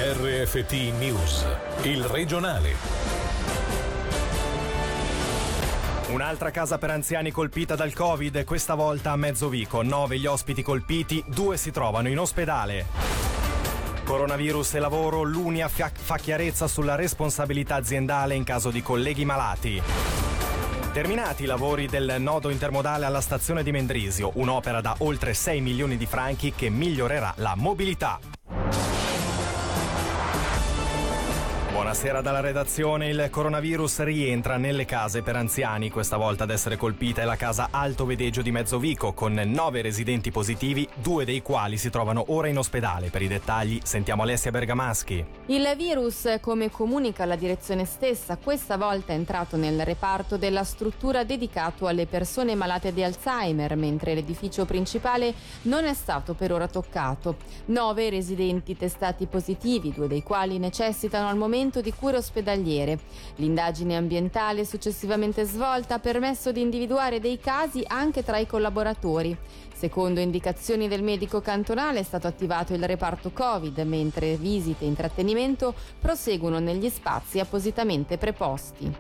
RFT News, il regionale. Un'altra casa per anziani colpita dal Covid, questa volta a Mezzovico. 9 gli ospiti colpiti, 2 si trovano in ospedale. Coronavirus e lavoro, l'Unia fa chiarezza sulla responsabilità aziendale in caso di colleghi malati. Terminati i lavori del nodo intermodale alla stazione di Mendrisio, un'opera da oltre 6 milioni di franchi che migliorerà la mobilità. Buonasera dalla redazione. Il coronavirus rientra nelle case per anziani. Questa volta ad essere colpita è la casa Alto Vedeggio di Mezzovico, con 9 residenti positivi, 2 dei quali si trovano ora in ospedale. Per i dettagli sentiamo Alessia Bergamaschi. Il virus, come comunica la direzione stessa, questa volta è entrato nel reparto della struttura dedicato alle persone malate di Alzheimer, mentre l'edificio principale non è stato per ora toccato. 9 residenti testati positivi, 2 dei quali necessitano al momento di cure ospedaliere. L'indagine ambientale successivamente svolta ha permesso di individuare dei casi anche tra i collaboratori. Secondo indicazioni del medico cantonale è stato attivato il reparto Covid, mentre visite e intrattenimento proseguono negli spazi appositamente preposti.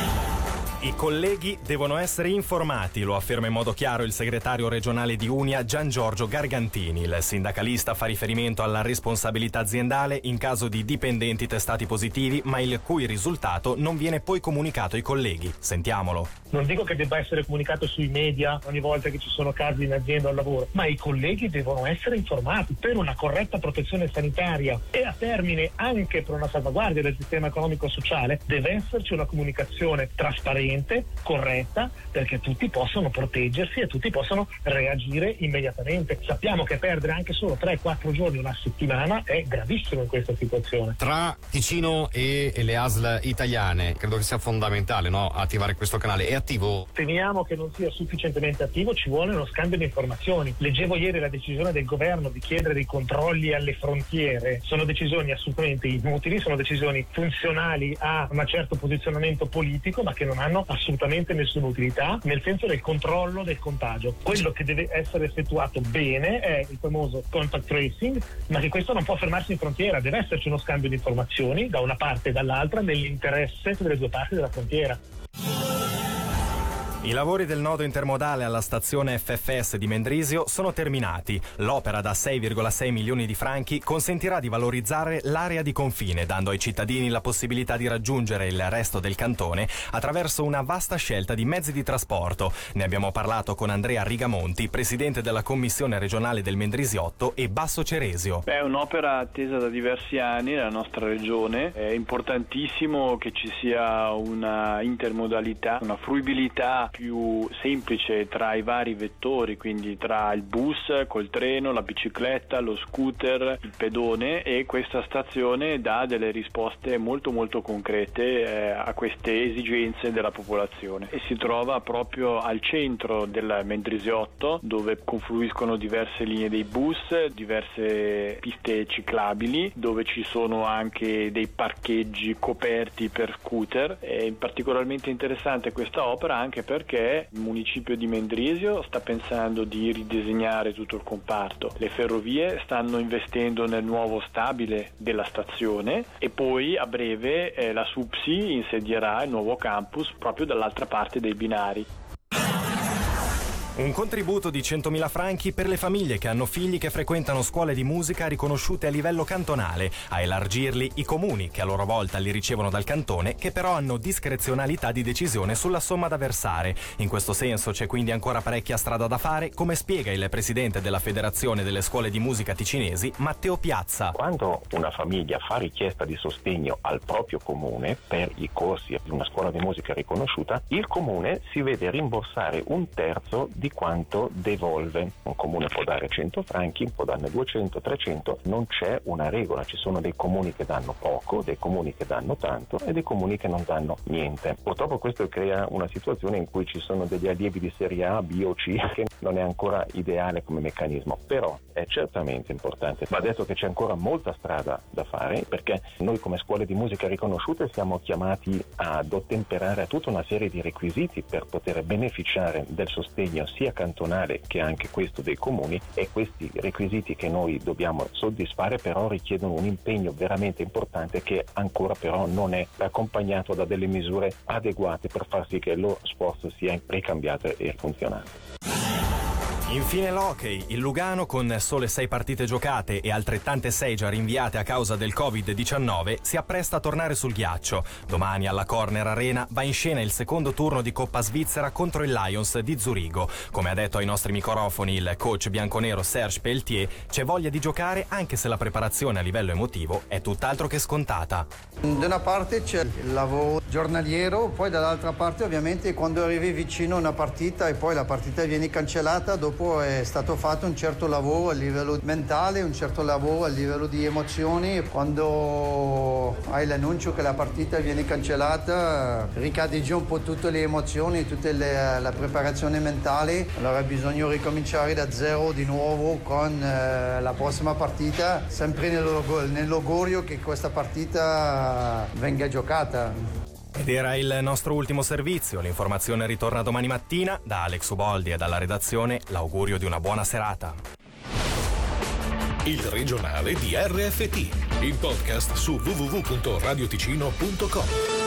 I colleghi devono essere informati, lo afferma in modo chiaro il segretario regionale di Unia Gian Giorgio Gargantini. Il sindacalista fa riferimento alla responsabilità aziendale in caso di dipendenti testati positivi, ma il cui risultato non viene poi comunicato ai colleghi. Sentiamolo. Non dico che debba essere comunicato sui media ogni volta che ci sono casi in azienda o al lavoro, ma i colleghi devono essere informati per una corretta protezione sanitaria e a termine anche per una salvaguardia del sistema economico-sociale deve esserci una comunicazione trasparente, corretta, perché tutti possono proteggersi e tutti possono reagire immediatamente. Sappiamo che perdere anche solo 3-4 giorni, una settimana è gravissimo in questa situazione. Tra Ticino e le ASL italiane credo che sia fondamentale, no, attivare questo canale. È attivo? Temiamo che non sia sufficientemente attivo, ci vuole uno scambio di informazioni. Leggevo ieri la decisione del governo di chiedere dei controlli alle frontiere. Sono decisioni assolutamente inutili, sono decisioni funzionali a un certo posizionamento politico, ma che non hanno assolutamente nessuna utilità nel senso del controllo del contagio. Quello che deve essere effettuato bene è il famoso contact tracing, ma che questo non può fermarsi in frontiera, deve esserci uno scambio di informazioni da una parte e dall'altra nell'interesse delle due parti della frontiera. I lavori del nodo intermodale alla stazione FFS di Mendrisio sono terminati. L'opera da 6,6 milioni di franchi consentirà di valorizzare l'area di confine, dando ai cittadini la possibilità di raggiungere il resto del cantone attraverso una vasta scelta di mezzi di trasporto. Ne abbiamo parlato con Andrea Rigamonti, presidente della Commissione regionale del Mendrisiotto e Basso Ceresio. È un'opera attesa da diversi anni nella nostra regione. È importantissimo che ci sia una intermodalità, una fruibilità più semplice tra i vari vettori, quindi tra il bus col treno, la bicicletta, lo scooter, il pedone, e questa stazione dà delle risposte molto molto concrete a queste esigenze della popolazione e si trova proprio al centro del Mendrisiotto, dove confluiscono diverse linee dei bus, diverse piste ciclabili, dove ci sono anche dei parcheggi coperti per scooter. È particolarmente interessante questa opera anche perché il municipio di Mendrisio sta pensando di ridisegnare tutto il comparto. Le ferrovie stanno investendo nel nuovo stabile della stazione e poi a breve la SUPSI insedierà il nuovo campus proprio dall'altra parte dei binari. Un contributo di 100.000 franchi per le famiglie che hanno figli che frequentano scuole di musica riconosciute a livello cantonale. A elargirli i comuni, che a loro volta li ricevono dal cantone, che però hanno discrezionalità di decisione sulla somma da versare. In questo senso c'è quindi ancora parecchia strada da fare, come spiega il presidente della Federazione delle Scuole di Musica Ticinesi, Matteo Piazza. Quando una famiglia fa richiesta di sostegno al proprio comune per i corsi di una scuola di musica riconosciuta, il comune si vede rimborsare 1/3 di quanto devolve. Un comune può dare 100 franchi, può darne 200, 300, non c'è una regola, ci sono dei comuni che danno poco, dei comuni che danno tanto e dei comuni che non danno niente. Purtroppo questo crea una situazione in cui ci sono degli allievi di serie A, B o C che non è ancora ideale come meccanismo, però è certamente importante. Va detto che c'è ancora molta strada da fare, perché noi come scuole di musica riconosciute siamo chiamati ad ottemperare a tutta una serie di requisiti per poter beneficiare del sostegno sia cantonale che anche questo dei comuni, e questi requisiti che noi dobbiamo soddisfare però richiedono un impegno veramente importante che ancora però non è accompagnato da delle misure adeguate per far sì che lo sport sia ricambiato e funzionante. Infine l'hockey, il Lugano con sole 6 partite giocate e altrettante 6 già rinviate a causa del Covid-19 si appresta a tornare sul ghiaccio. Domani alla Corner Arena va in scena il secondo turno di Coppa Svizzera contro il Lions di Zurigo. Come ha detto ai nostri microfoni il coach bianconero Serge Pelletier, c'è voglia di giocare anche se la preparazione a livello emotivo è tutt'altro che scontata. Da una parte c'è il lavoro giornaliero, poi dall'altra parte ovviamente quando arrivi vicino a una partita e poi la partita viene cancellata, dopo è stato fatto un certo lavoro a livello mentale, un certo lavoro a livello di emozioni. Quando hai l'annuncio che la partita viene cancellata ricade giù un po' tutte le emozioni, tutta la preparazione mentale, allora bisogna ricominciare da zero di nuovo con la prossima partita, sempre nell'augurio che questa partita venga giocata. Ed era il nostro ultimo servizio. L'informazione ritorna domani mattina. Da Alex Uboldi e dalla redazione l'augurio di una buona serata. Il regionale di RFT, il podcast su www.radioticino.com.